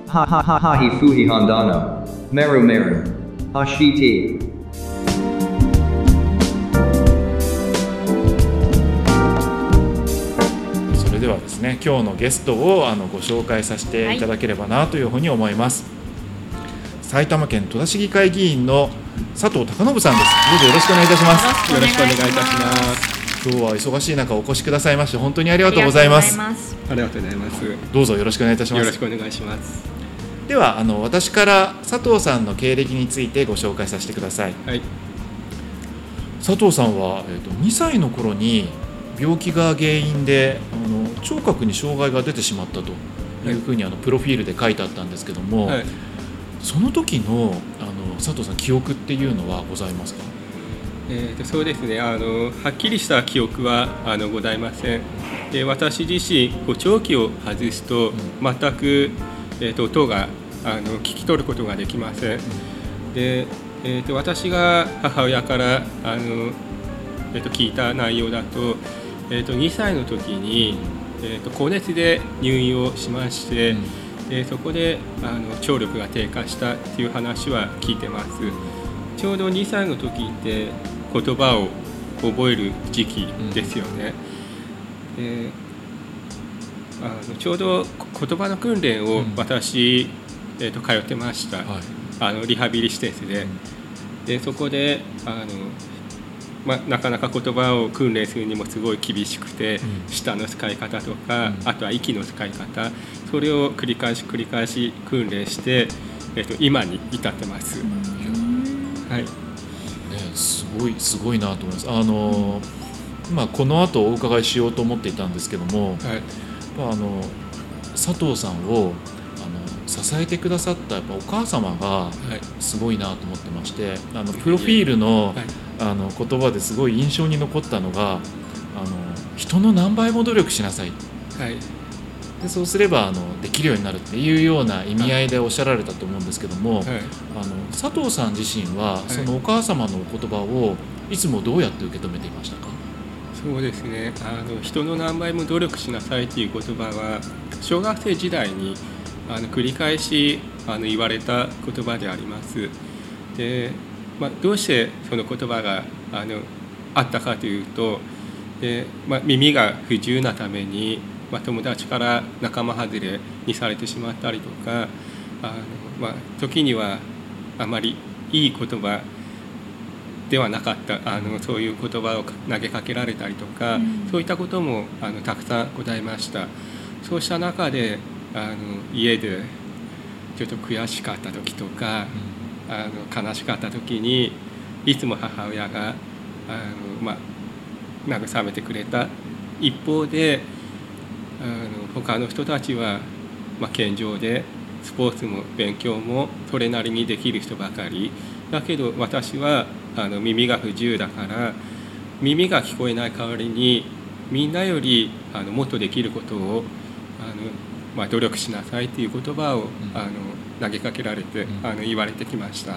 ははははひふひはんだな。メルメル。はして。 それではですね、今日のゲストをご紹介させていただければなというふうに思います。埼玉県戸田市議会議員の佐藤孝信さんです。どうぞよろしくお願いいたします。 よろしくお願いいたします。 今日は忙しい中お越しくださいまして本当にありがとうございます。 ありがとうございます。 どうぞよろしくお願いいたします。 よろしくお願いします。 では私から佐藤さんの経歴についてご紹介させてください。 はい、 佐藤さんは、2歳の頃に病気が原因で聴覚に障害が出てしまったというふうにプロフィールで書いてあったんですけども、はい、その時の佐藤さん記憶っていうのはございますか？ そうですね、はっきりした記憶はございません。私自身補聴器を外すと全く、音が聞き取ることができません。で私が母親から聞いた内容だと、2歳の時に、高熱で入院をしまして、そこで聴力が低下したという話は聞いてます。ちょうど2歳の時って言葉を覚える時期ですよね。ちょうど言葉の訓練を私、通ってました、リハビリ施設で、そこでなかなか言葉を訓練するにもすごい厳しくて、舌の使い方とか、あとは息の使い方、それを繰り返し訓練して、今に至ってます。はい、 すごいなと思います。この後お伺いしようと思っていたんですけども、佐藤さんを支えてくださったやっぱお母様がすごいなと思ってまして、プロフィールの、言葉ですごい印象に残ったのが人の何倍も努力しなさい、でそうすればできるようになるっていうような意味合いでおっしゃられたと思うんですけども、佐藤さん自身はそのお母様のお言葉をいつもどうやって受け止めていましたか？ そうですね、人の何倍も努力しなさいという言葉は小学生時代に繰り返し言われた言葉であります。で、どうしてその言葉があったかというと、耳が不自由なために友達から仲間外れにされてしまったりとか、時にはあまりいい言葉ではなかったそういう言葉を投げかけられたりとか、そういったこともたくさんございました。そうした中で家でちょっと悔しかった時とか、悲しかった時にいつも母親が慰めてくれた一方で、他の人たちは、健常でスポーツも勉強もそれなりにできる人ばかりだけど、私は耳が不自由だから耳が聞こえない代わりにみんなよりもっとできることを努力しなさいという言葉を投げかけられて言われてきました。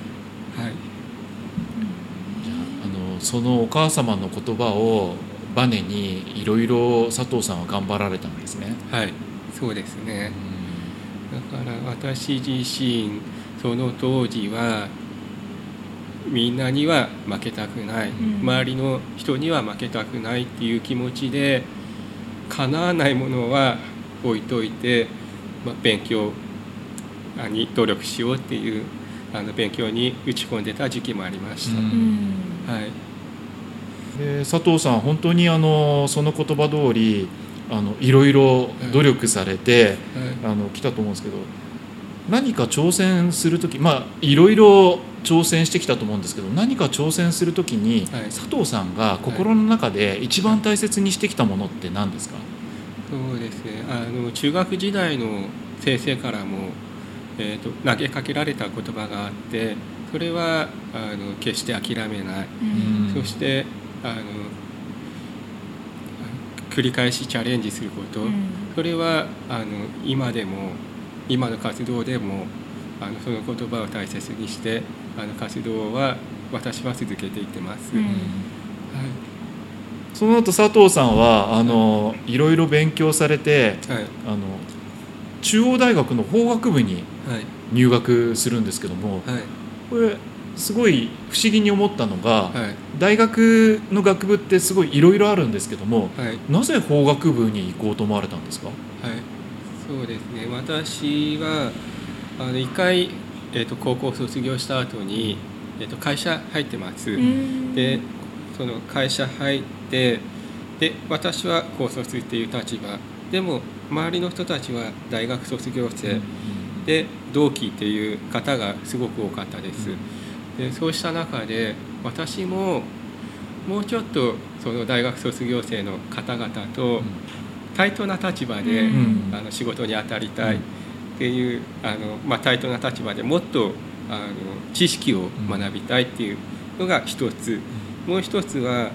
そのお母様の言葉をバネにいろいろ佐藤さんは頑張られたんですね。 はい、そうですね。だから私自身その当時はみんなには負けたくない、周りの人には負けたくないっていう気持ちで、叶わないものは置いといて、勉強に努力しようっていう勉強に打ち込んでた時期もありました。 で佐藤さん本当にその言葉通りいろいろ努力されて、来たと思うんですけど、何か挑戦するとき、いろいろ挑戦してきたと思うんですけど、何か挑戦するときに、佐藤さんが心の中で一番大切にしてきたものって何ですか？ そうですね、中学時代の先生からも、投げかけられた言葉があって、それは決して諦めない、そして繰り返しチャレンジすること、それは今でも今の活動でもその言葉を大切にして活動は私は続けていってます。 その後佐藤さんはいろいろ勉強されて、 中央大学の法学部にはい入学するんですけども、 はいこれすごい不思議に思ったのが、 はい大学の学部ってすごいいろいろあるんですけども、 はいなぜ法学部に行こうと思われたんですか？ はい、そうですね。私は一回、高校卒業した後に、会社入ってます。で、その会社入って、で、私は高卒っていう立場。でも周りの人たちは大学卒業生で同期っていう方がすごく多かったです。で、そうした中で私ももうちょっとその大学卒業生の方々と対等な立場で、仕事に当たりたいっていう対等な立場でもっと知識を学びたいっていうのが一つ。もう一つは、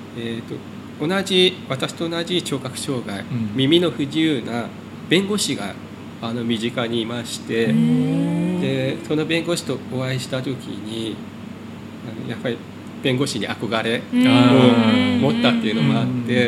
私と同じ聴覚障害、耳の不自由な弁護士が身近にいまして、でその弁護士とお会いした時にやっぱり弁護士に憧れを持ったっていうのもあって、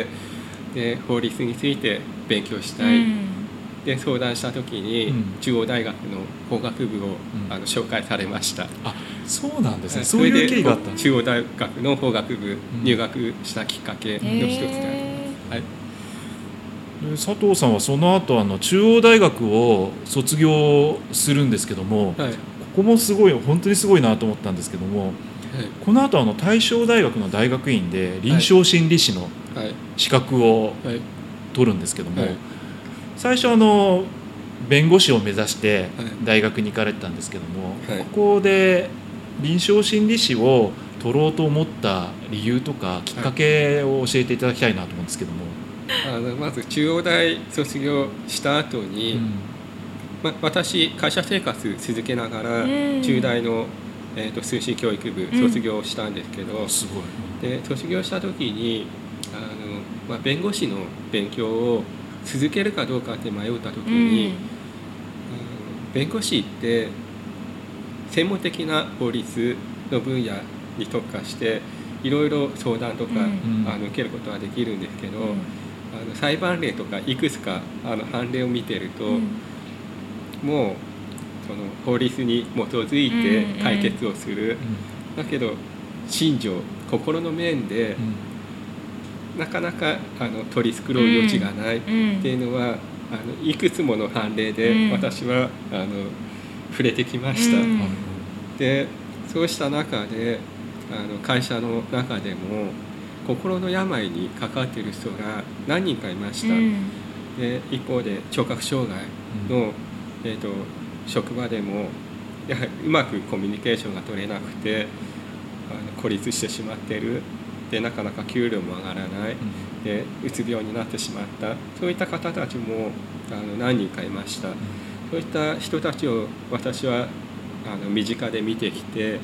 で法律について勉強したい、で相談した時に中央大学の法学部を紹介されました。 あ、そうなんですね。そういう経緯があったんです。 中央大学の法学部入学したきっかけの一つであります。はい、 佐藤さんはその後中央大学を卒業するんですけども、 はい、 ここもすごい本当にすごいなと思ったんですけども、はい、この後大正大学の大学院で臨床心理士の資格を取るんですけども、最初弁護士を目指して大学に行かれてたんですけども、ここで臨床心理士を取ろうと思った理由とかきっかけを教えていただきたいなと思うんですけども。 まず中央大卒業した後に、私会社生活続けながら中大の、通信教育部卒業したんですけど、 すごい。 で卒業した時に弁護士の勉強を続けるかどうかって迷った時に、弁護士って専門的な法律の分野に特化していろいろ相談とか、受けることはできるんですけど、裁判例とかいくつか判例を見てると、もうその法律に基づいて解決をする、だけど心情心の面で、なかなか取り繕う余地がないっていうのは、いくつもの判例で私は触れてきました。でそうした中で会社の中でも心の病にかかっている人が何人かいました。で一方で聴覚障害の、職場でもやはりうまくコミュニケーションが取れなくて孤立してしまっている。でなかなか給料も上がらない、でうつ病になってしまった、そういった方たちも何人かいました。そういった人たちを私は身近で見てきて、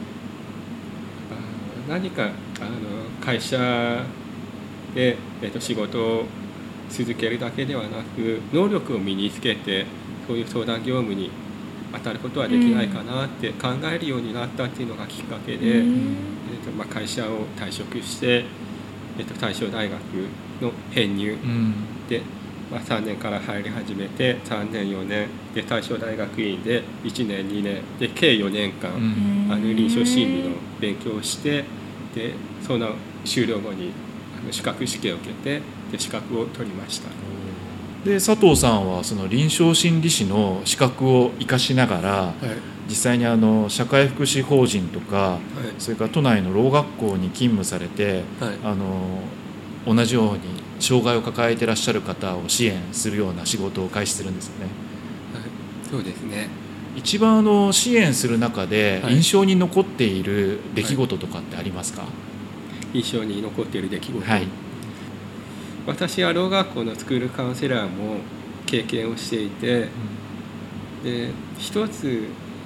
何か会社で、仕事を続けるだけではなく能力を身につけてそういう相談業務に当たることはできないかなって考えるようになったっていうのがきっかけで、会社を退職して、大正大学の編入で、3年から入り始めて3年4年で大正大学院で1年2年で計4年間、臨床心理の勉強をして、でその終了後に資格試験を受けてで資格を取りました。 で佐藤さんはその臨床心理士の資格を生かしながら、実際に社会福祉法人とか、それから都内のろう学校に勤務されて、同じように障害を抱えていらっしゃる方を支援するような仕事を開始するんですよね。 そうですね。 一番支援する中で印象に残っている出来事とかってありますか？ 印象に残っている出来事、私はろう学校のスクールカウンセラーも経験をしていて、で一つ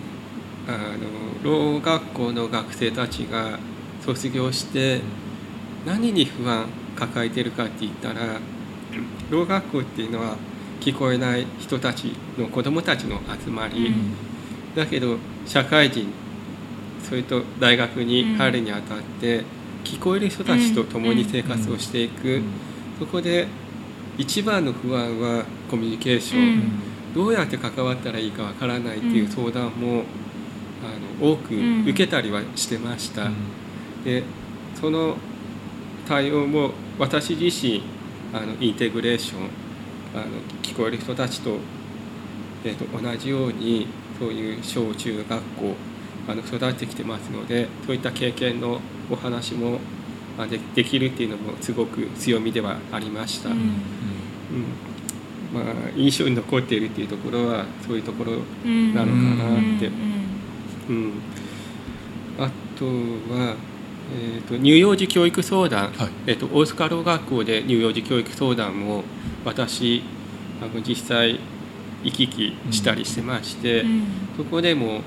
ろう学校の学生たちが卒業して何に不安抱えているかって言ったら、ろう学校っていうのは聞こえない人たちの子どもたちの集まり、だけど社会人それと大学に入るにあたって聞こえる人たちと共に生活をしていく、そこで一番の不安はコミュニケーション、 どうやって関わったらいいかわからないっていう相談も、多く受けたりはしてました。でその対応も私自身インテグレーション聞こえる人たちと、同じようにそういう小中学校育ってきてますので、そういった経験のお話もできるっていうのもすごく強みではありました。印象に残っているっていうところはそういうところなのかなって。あとは、乳幼児教育相談、大塚ろう学校で乳幼児教育相談も私実際行き来したりしてまして、そこでも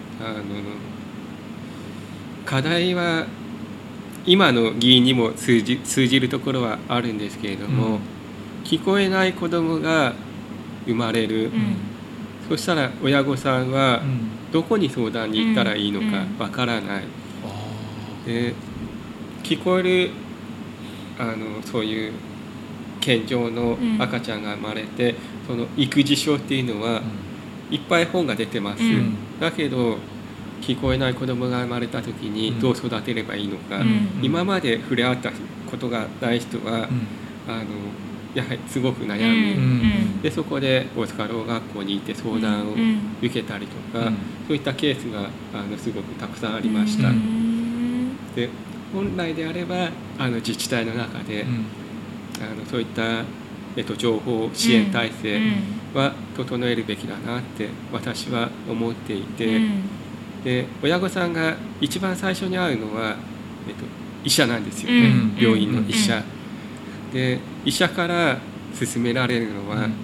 課題は今の議員にも通じるところはあるんですけれども、聞こえない子どもが生まれる、そしたら親御さんはどこに相談に行ったらいいのかわからない、で聞こえるそういう健常の赤ちゃんが生まれて、その育児書っていうのはいっぱい本が出てます、だけど聞こえない子どもが生まれた時にどう育てればいいのか、今まで触れ合ったことがない人は、やはりすごく悩み、でそこで大塚ろう学校に行って相談を受けたりとか、そういったケースがすごくたくさんありました。で本来であれば自治体の中で、そういった、情報支援体制は整えるべきだなって私は思っていて、で親御さんが一番最初に会うのは、医者なんですよね、病院の医者。で医者から勧められるのは、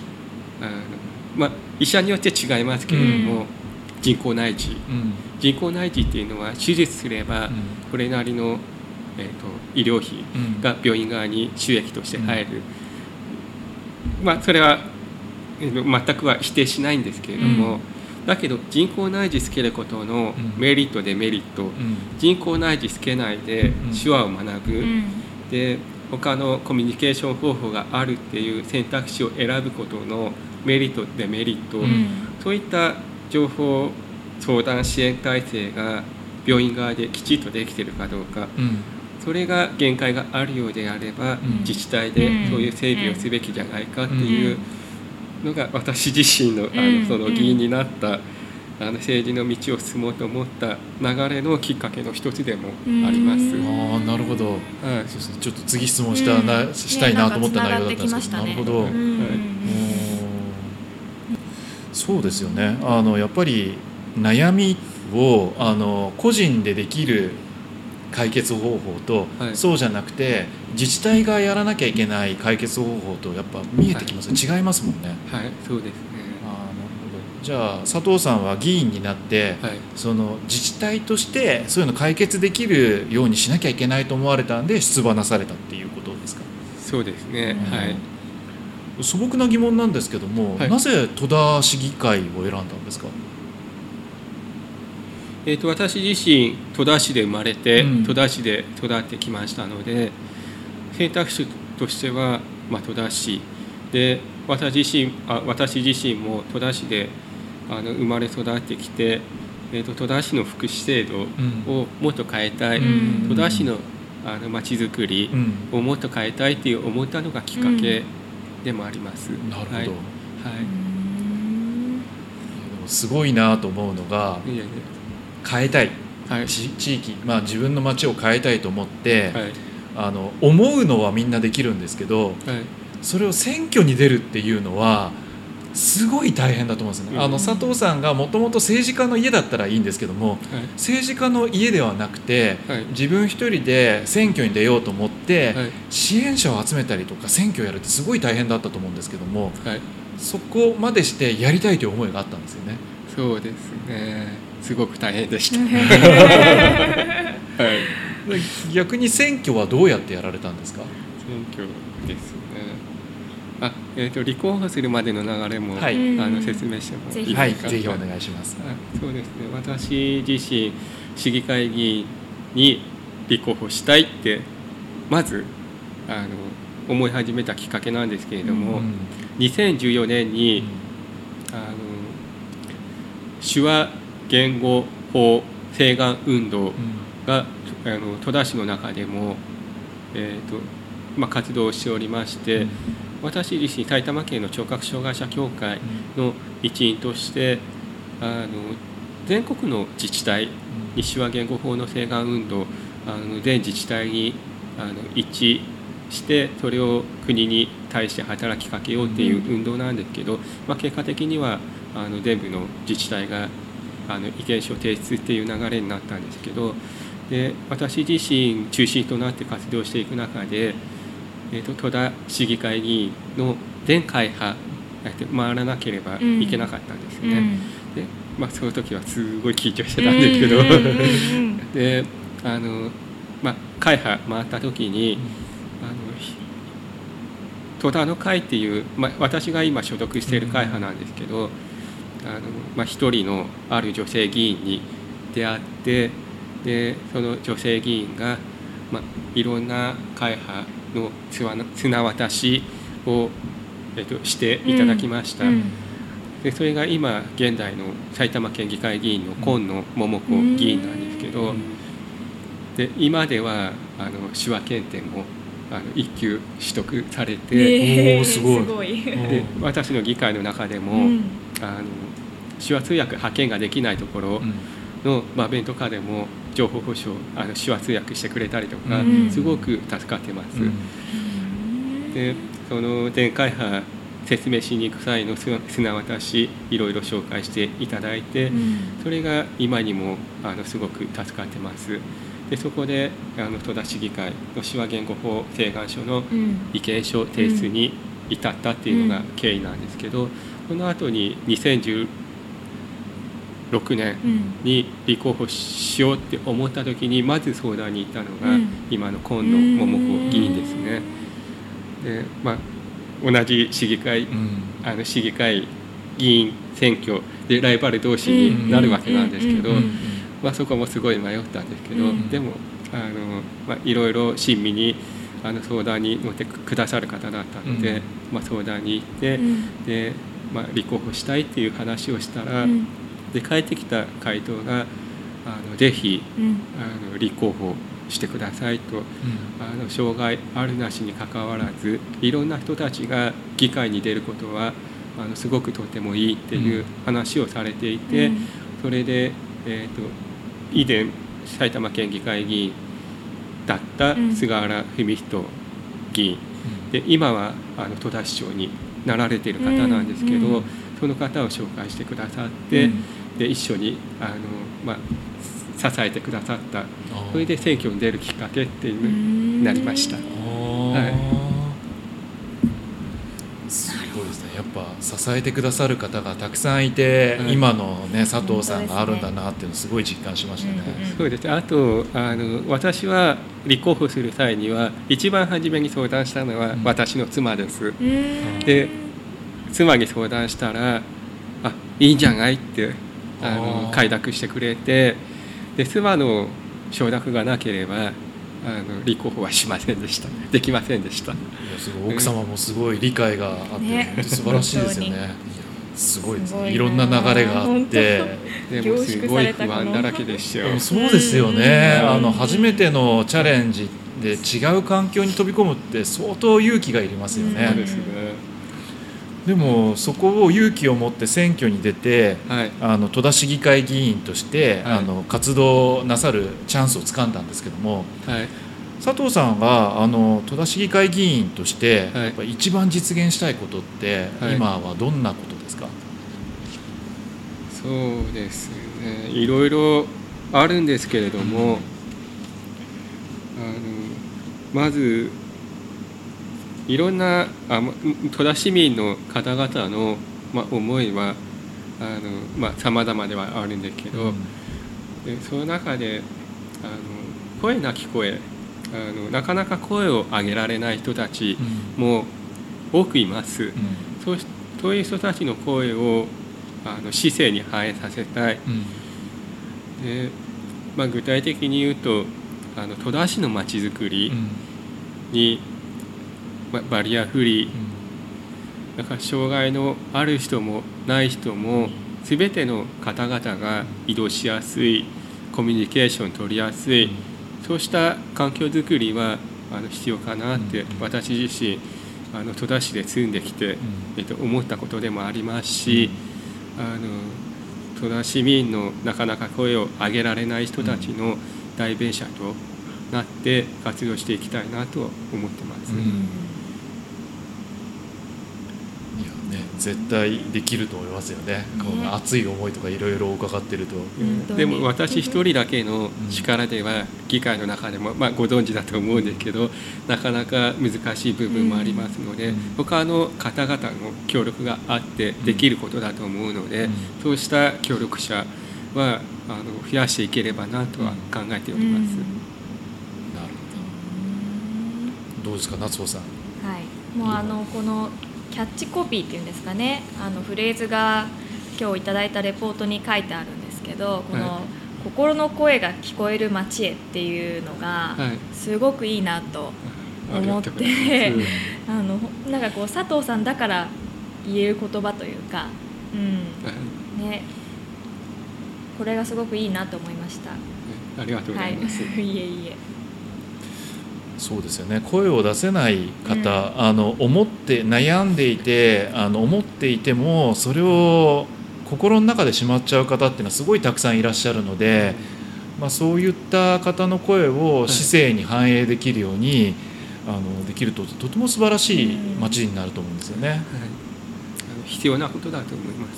医者によって違いますけれども、人工内耳、人工内耳っていうのは手術すればこれなりの、医療費が病院側に収益として入る、それは全くは否定しないんですけれども、だけど人工内耳つけることのメリットデメリット、人工内耳つけないで手話を学ぶ、で他のコミュニケーション方法があるっていう選択肢を選ぶことのメリットデメリット、そういった情報相談支援体制が病院側できちっとできているかどうか、それが限界があるようであれば、自治体でそういう整備をすべきじゃないかっていうのが私自身のその議員になった政治の道を進もうと思った流れのきっかけの一つでもあります。 なるほど、そうですね、ちょっと次質問したいなと思った内容だったんですけど、なるほど、そうですよね。やっぱり悩みを個人でできる解決方法と、そうじゃなくて自治体がやらなきゃいけない解決方法とやっぱ見えてきます、違いますもんね。 そうですね。 じゃあ佐藤さんは議員になって、その自治体としてそういうの解決できるようにしなきゃいけないと思われたんで出馬なされたっていうことですか？ そうですね、 素朴な疑問なんですけども、なぜ戸田市議会を選んだんですか？ 私自身戸田市で生まれて、戸田市で育ってきましたので、選択肢としては、戸田市で私自身も戸田市で生まれ育ってきて、戸田市の福祉制度をもっと変えたい、戸田市のまちづくりをもっと変えたいって思ったのがきっかけでもあります。 なるほど、すごいなと思うのが、変えたい、地域、自分の町を変えたいと思って、思うのはみんなできるんですけど、それを選挙に出るっていうのはすごい大変だと思うんですね。佐藤さんがもともと政治家の家だったらいいんですけども、政治家の家ではなくて、自分一人で選挙に出ようと思って、支援者を集めたりとか選挙をやるってすごい大変だったと思うんですけども、そこまでしてやりたいという思いがあったんですよね。 そうですね、すごく大変でした、 逆に選挙はどうやってやられたんですか？ 選挙ですね、立候補するまでの流れも、説明してもいいですか？ ぜひお願いします。 そうですね、私自身市議会議員に立候補したいってまず思い始めたきっかけなんですけれども、2014年に手話言語法請願運動が、戸田市の中でも、活動をしておりまして、私自身埼玉県の聴覚障害者協会の一員として、全国の自治体に手話言語法の請願運動全自治体に一致してそれを国に対して働きかけようっていう運動なんですけど、結果的には全部の自治体が意見書提出っていう流れになったんですけど、で私自身中心となって活動していく中で、戸田市議会議員の全会派回らなければいけなかったんですね。でその時はすごい緊張してたんですけどで会派回った時に戸田の会っていう、私が今所属している会派なんですけど、一人のある女性議員に出会って、でその女性議員が、いろんな会派の綱渡しを、していただきました。でそれが今現在の埼玉県議会議員の今野桃子議員なんですけど、で今では手話検定も1級取得されて、 すごい。 で私の議会の中でも、手話通訳派遣ができないところの、弁とかでも情報保障手話通訳してくれたりとか、すごく助かってます。でその全会派説明しに行く際の綱渡しいろいろ紹介していただいて、それが今にもすごく助かってます。でそこで戸田市議会の手話言語法請願書の意見書提出に至ったっていうのが経緯なんですけど、この後に2016年に立候補しようって思った時にまず相談に行ったのが今の今野桃子議員ですね。で同じ市議会市議会議員選挙でライバル同士になるわけなんですけど、そこもすごい迷ったんですけど、でもいろいろ親身に相談に乗ってくださる方だったので、相談に行って、で立候補したいっていう話をしたら、で返ってきた回答がぜひ立候補してくださいと、障害あるなしにかかわらずいろんな人たちが議会に出ることはすごくとてもいいっていう話をされていて、それで、以前埼玉県議会議員だった菅原文人議員で、今は戸田市長になられている方なんですけど、その方を紹介してくださって、で一緒に支えてくださった。それで選挙に出るきっかけっていうなりました。 すごいですね。やっぱ支えてくださる方がたくさんいて、今のね佐藤さんがあるんだなっていうのをすごい実感しましたね。 そうです。あと私は立候補する際には一番初めに相談したのは私の妻です。で妻に相談したらいいんじゃないって快諾してくれて、で妻の承諾がなければ立候補はしませんでした。できませんでした。 すごい奥様もすごい理解があって、素晴らしいですよね。すごいですね。いろんな流れがあって、 でもすごい不安だらけでしたよ。 そうですよね。初めてのチャレンジで違う環境に飛び込むって相当勇気がいりますよね。 そうですね。 でもそこを勇気を持って選挙に出て、戸田市議会議員として、活動なさるチャンスをつかんだんですけども、佐藤さんが戸田市議会議員として、やっぱ一番実現したいことって、今はどんなことですか？ そうですね、いろいろあるんですけれども、まずいろんな戸田市民の方々の、思いは様々ではあるんですけど、でその中で声なき声なかなか声を上げられない人たちも多くいます。そういう人たちの声を市政に反映させたい。で具体的に言うと戸田市のまちづくりにバリアフリーだから障害のある人もない人も全ての方々が移動しやすい、コミュニケーション取りやすい、そうした環境づくりは必要かなって私自身戸田市で住んできて、思ったことでもありますし、戸田市民のなかなか声を上げられない人たちの代弁者となって活動していきたいなと思ってます。 いやね、絶対できると思いますよね。この熱い思いとかいろいろ伺ってると、 でも私一人だけの力では議会の中でも、ご存知だと思うんですけど、なかなか難しい部分もありますので、他の方々の協力があってできることだと思うので、そうした協力者は増やしていければなとは考えております。 なるほど。どうですか、夏穂さん。 はい、もうこのキャッチコピーっていうんですかね、フレーズが今日いただいたレポートに書いてあるんですけど、この心の声が聞こえる街へっていうのがすごくいいなと思って、なんかこう佐藤さんだから言える言葉というか、ね、これがすごくいいなと思いました。 ありがとうございます。 いえいえ。 そうですよね。声を出せない方、思って悩んでいて思っていてもそれを心の中でしまっちゃう方っていうのはすごいたくさんいらっしゃるので、そういった方の声を市政に反映できるように、できるととても素晴らしい街になると思うんですよね。 必要なことだと思います。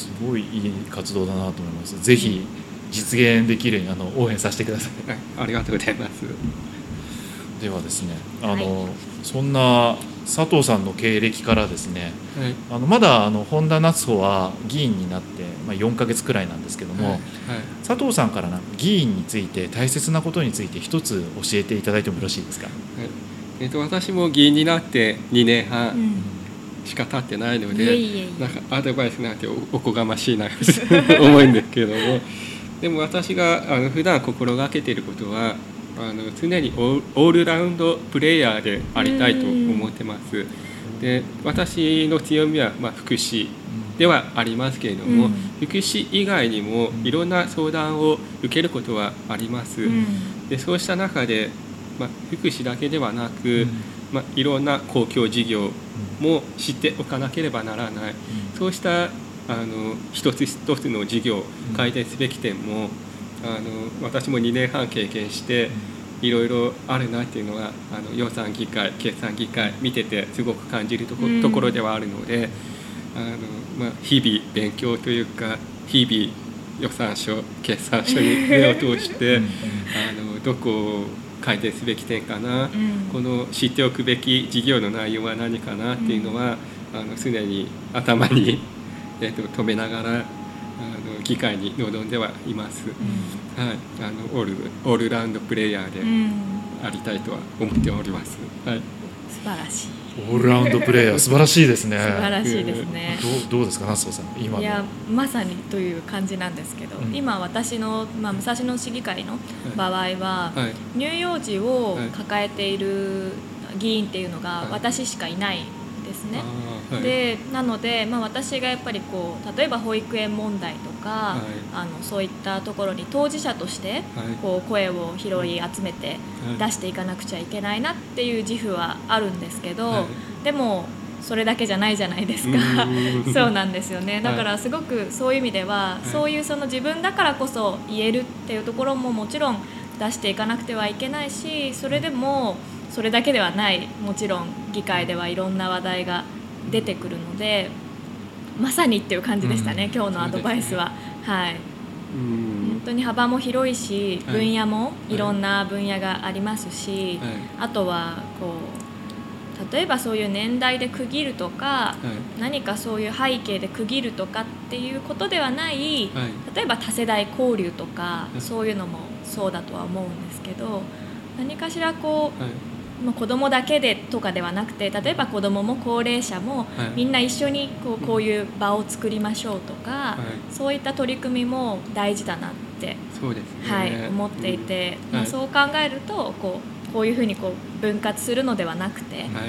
すごいいい活動だなと思います。ぜひ実現できるように応援させてください。 ありがとうございます。 ではですね、そんな佐藤さんの経歴からですね、まだ本田夏穂は議員になって、4ヶ月くらいなんですけども、佐藤さんから議員について大切なことについて一つ教えていただいてもよろしいですか。 私も議員になって2年半しか経ってないので、なんかアドバイスなんておこがましいなと思うんですけども、でも私が普段心がけていることは常にオールラウンドプレイヤーでありたいと思ってます。で、私の強みは福祉ではありますけれども、福祉以外にもいろんな相談を受けることはあります。で、そうした中で、福祉だけではなく、いろんな公共事業も知っておかなければならない、そうした一つ一つの事業改善すべき点も私も2年半経験していろいろあるなっていうのは予算議会、決算議会見ててすごく感じるところではあるので、日々勉強というか日々予算書、決算書に目を通してどこを改善すべき点かな、この知っておくべき事業の内容は何かなっていうのは常に頭に止めながら議会に臨んではいます。オールラウンドプレイヤーでありたいとは思っております。素晴らしい。 オールラウンドプレイヤー素晴らしいですね。 素晴らしいですね。 どうですか、夏穂さん。今の。 いや、まさにという感じなんですけど、今私の、武蔵野市議会の場合は、乳幼児を抱えている議員っていうのが私しかいないんですね。でなので、私がやっぱり例えば保育園問題とか、そういったところに当事者として声を拾い集めて出していかなくちゃいけないなっていう自負はあるんですけど、でもそれだけじゃないじゃないですか。そうなんですよね。だからすごくそういう意味では、そういう自分だからこそ言えるっていうところももちろん出していかなくてはいけないし、それでもそれだけではない、もちろん議会ではいろんな話題が出てくるので、まさにっていう感じでしたね、今日のアドバイスは。本当に幅も広いし、分野もいろんな分野がありますし、あとは例えばそういう年代で区切るとか、何かそういう背景で区切るとかっていうことではない、例えば多世代交流とか、そういうのもそうだとは思うんですけど、何かしら子供だけでとかではなくて、例えば子供も高齢者もみんな一緒にこういう場を作りましょうとか、そういった取り組みも大事だなって、思っていて、そう考えるとこういうふうに分割するのではなくて、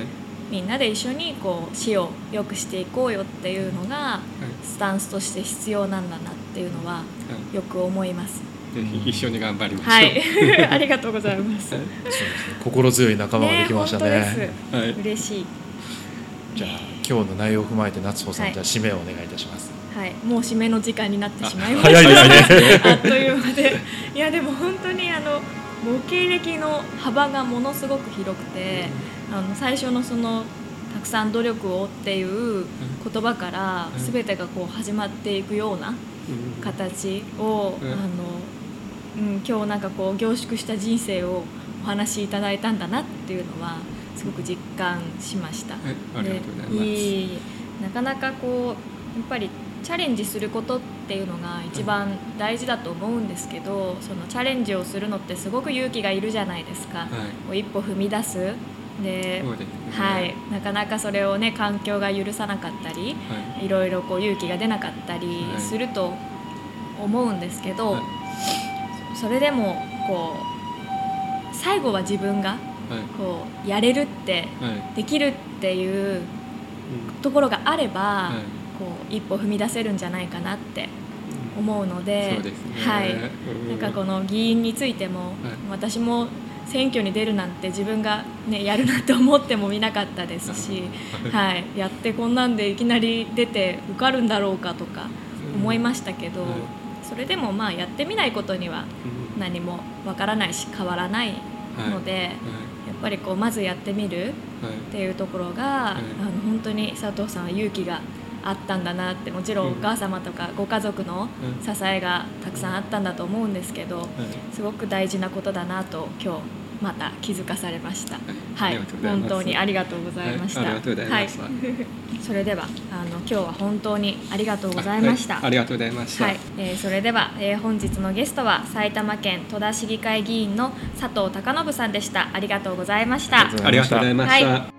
みんなで一緒にこう市を良くしていこうよっていうのがスタンスとして必要なんだなっていうのはよく思います。 ぜひ一緒に頑張りましょう。 はい、ありがとうございます。 そうですね、心強い仲間ができましたね。 本当です、はい、嬉しい。 じゃあ今日の内容を踏まえて夏穂さん、はい、じゃあ締めをお願いいたします。 はい、もう締めの時間になってしまいました。 早いですね。 あっという間で、いやでも本当にご経歴の幅がものすごく広くて、最初のそのたくさん努力をっていう言葉から全てがこう始まっていくような形を、今日なんかこう凝縮した人生をお話しいただいたんだなっていうのはすごく実感しました。 ありがとうございます。 なかなかこうやっぱりチャレンジすることっていうのが一番大事だと思うんですけど、そのチャレンジをするのってすごく勇気がいるじゃないですか。こう一歩踏み出すで、はい、なかなかそれをね環境が許さなかったり、いろいろこう勇気が出なかったりすると思うんですけど、それでもこう最後は自分がこうやれるってできるっていうところがあれば、こう一歩踏み出せるんじゃないかなって思うので、はい、なんかこの議員についても、私も選挙に出るなんて自分が、ね、やるなと思ってもみなかったですし、はい、やってこんなんでいきなり出て受かるんだろうかとか思いましたけど、それでもまあやってみないことには何もわからないし変わらないので、やっぱりこうまずやってみるっていうところが、本当に佐藤さんは勇気があったんだなって、もちろんお母様とかご家族の支えがたくさんあったんだと思うんですけど、すごく大事なことだなと今日また気づかされました。はい、本当にありがとうございました。はい、それでは今日は本当にありがとうございました。 ありがとうございました。 はい、それでは、本日のゲストは埼玉県戸田市議会議員の佐藤孝信さんでした。ありがとうございました。 ありがとうございました。 はい。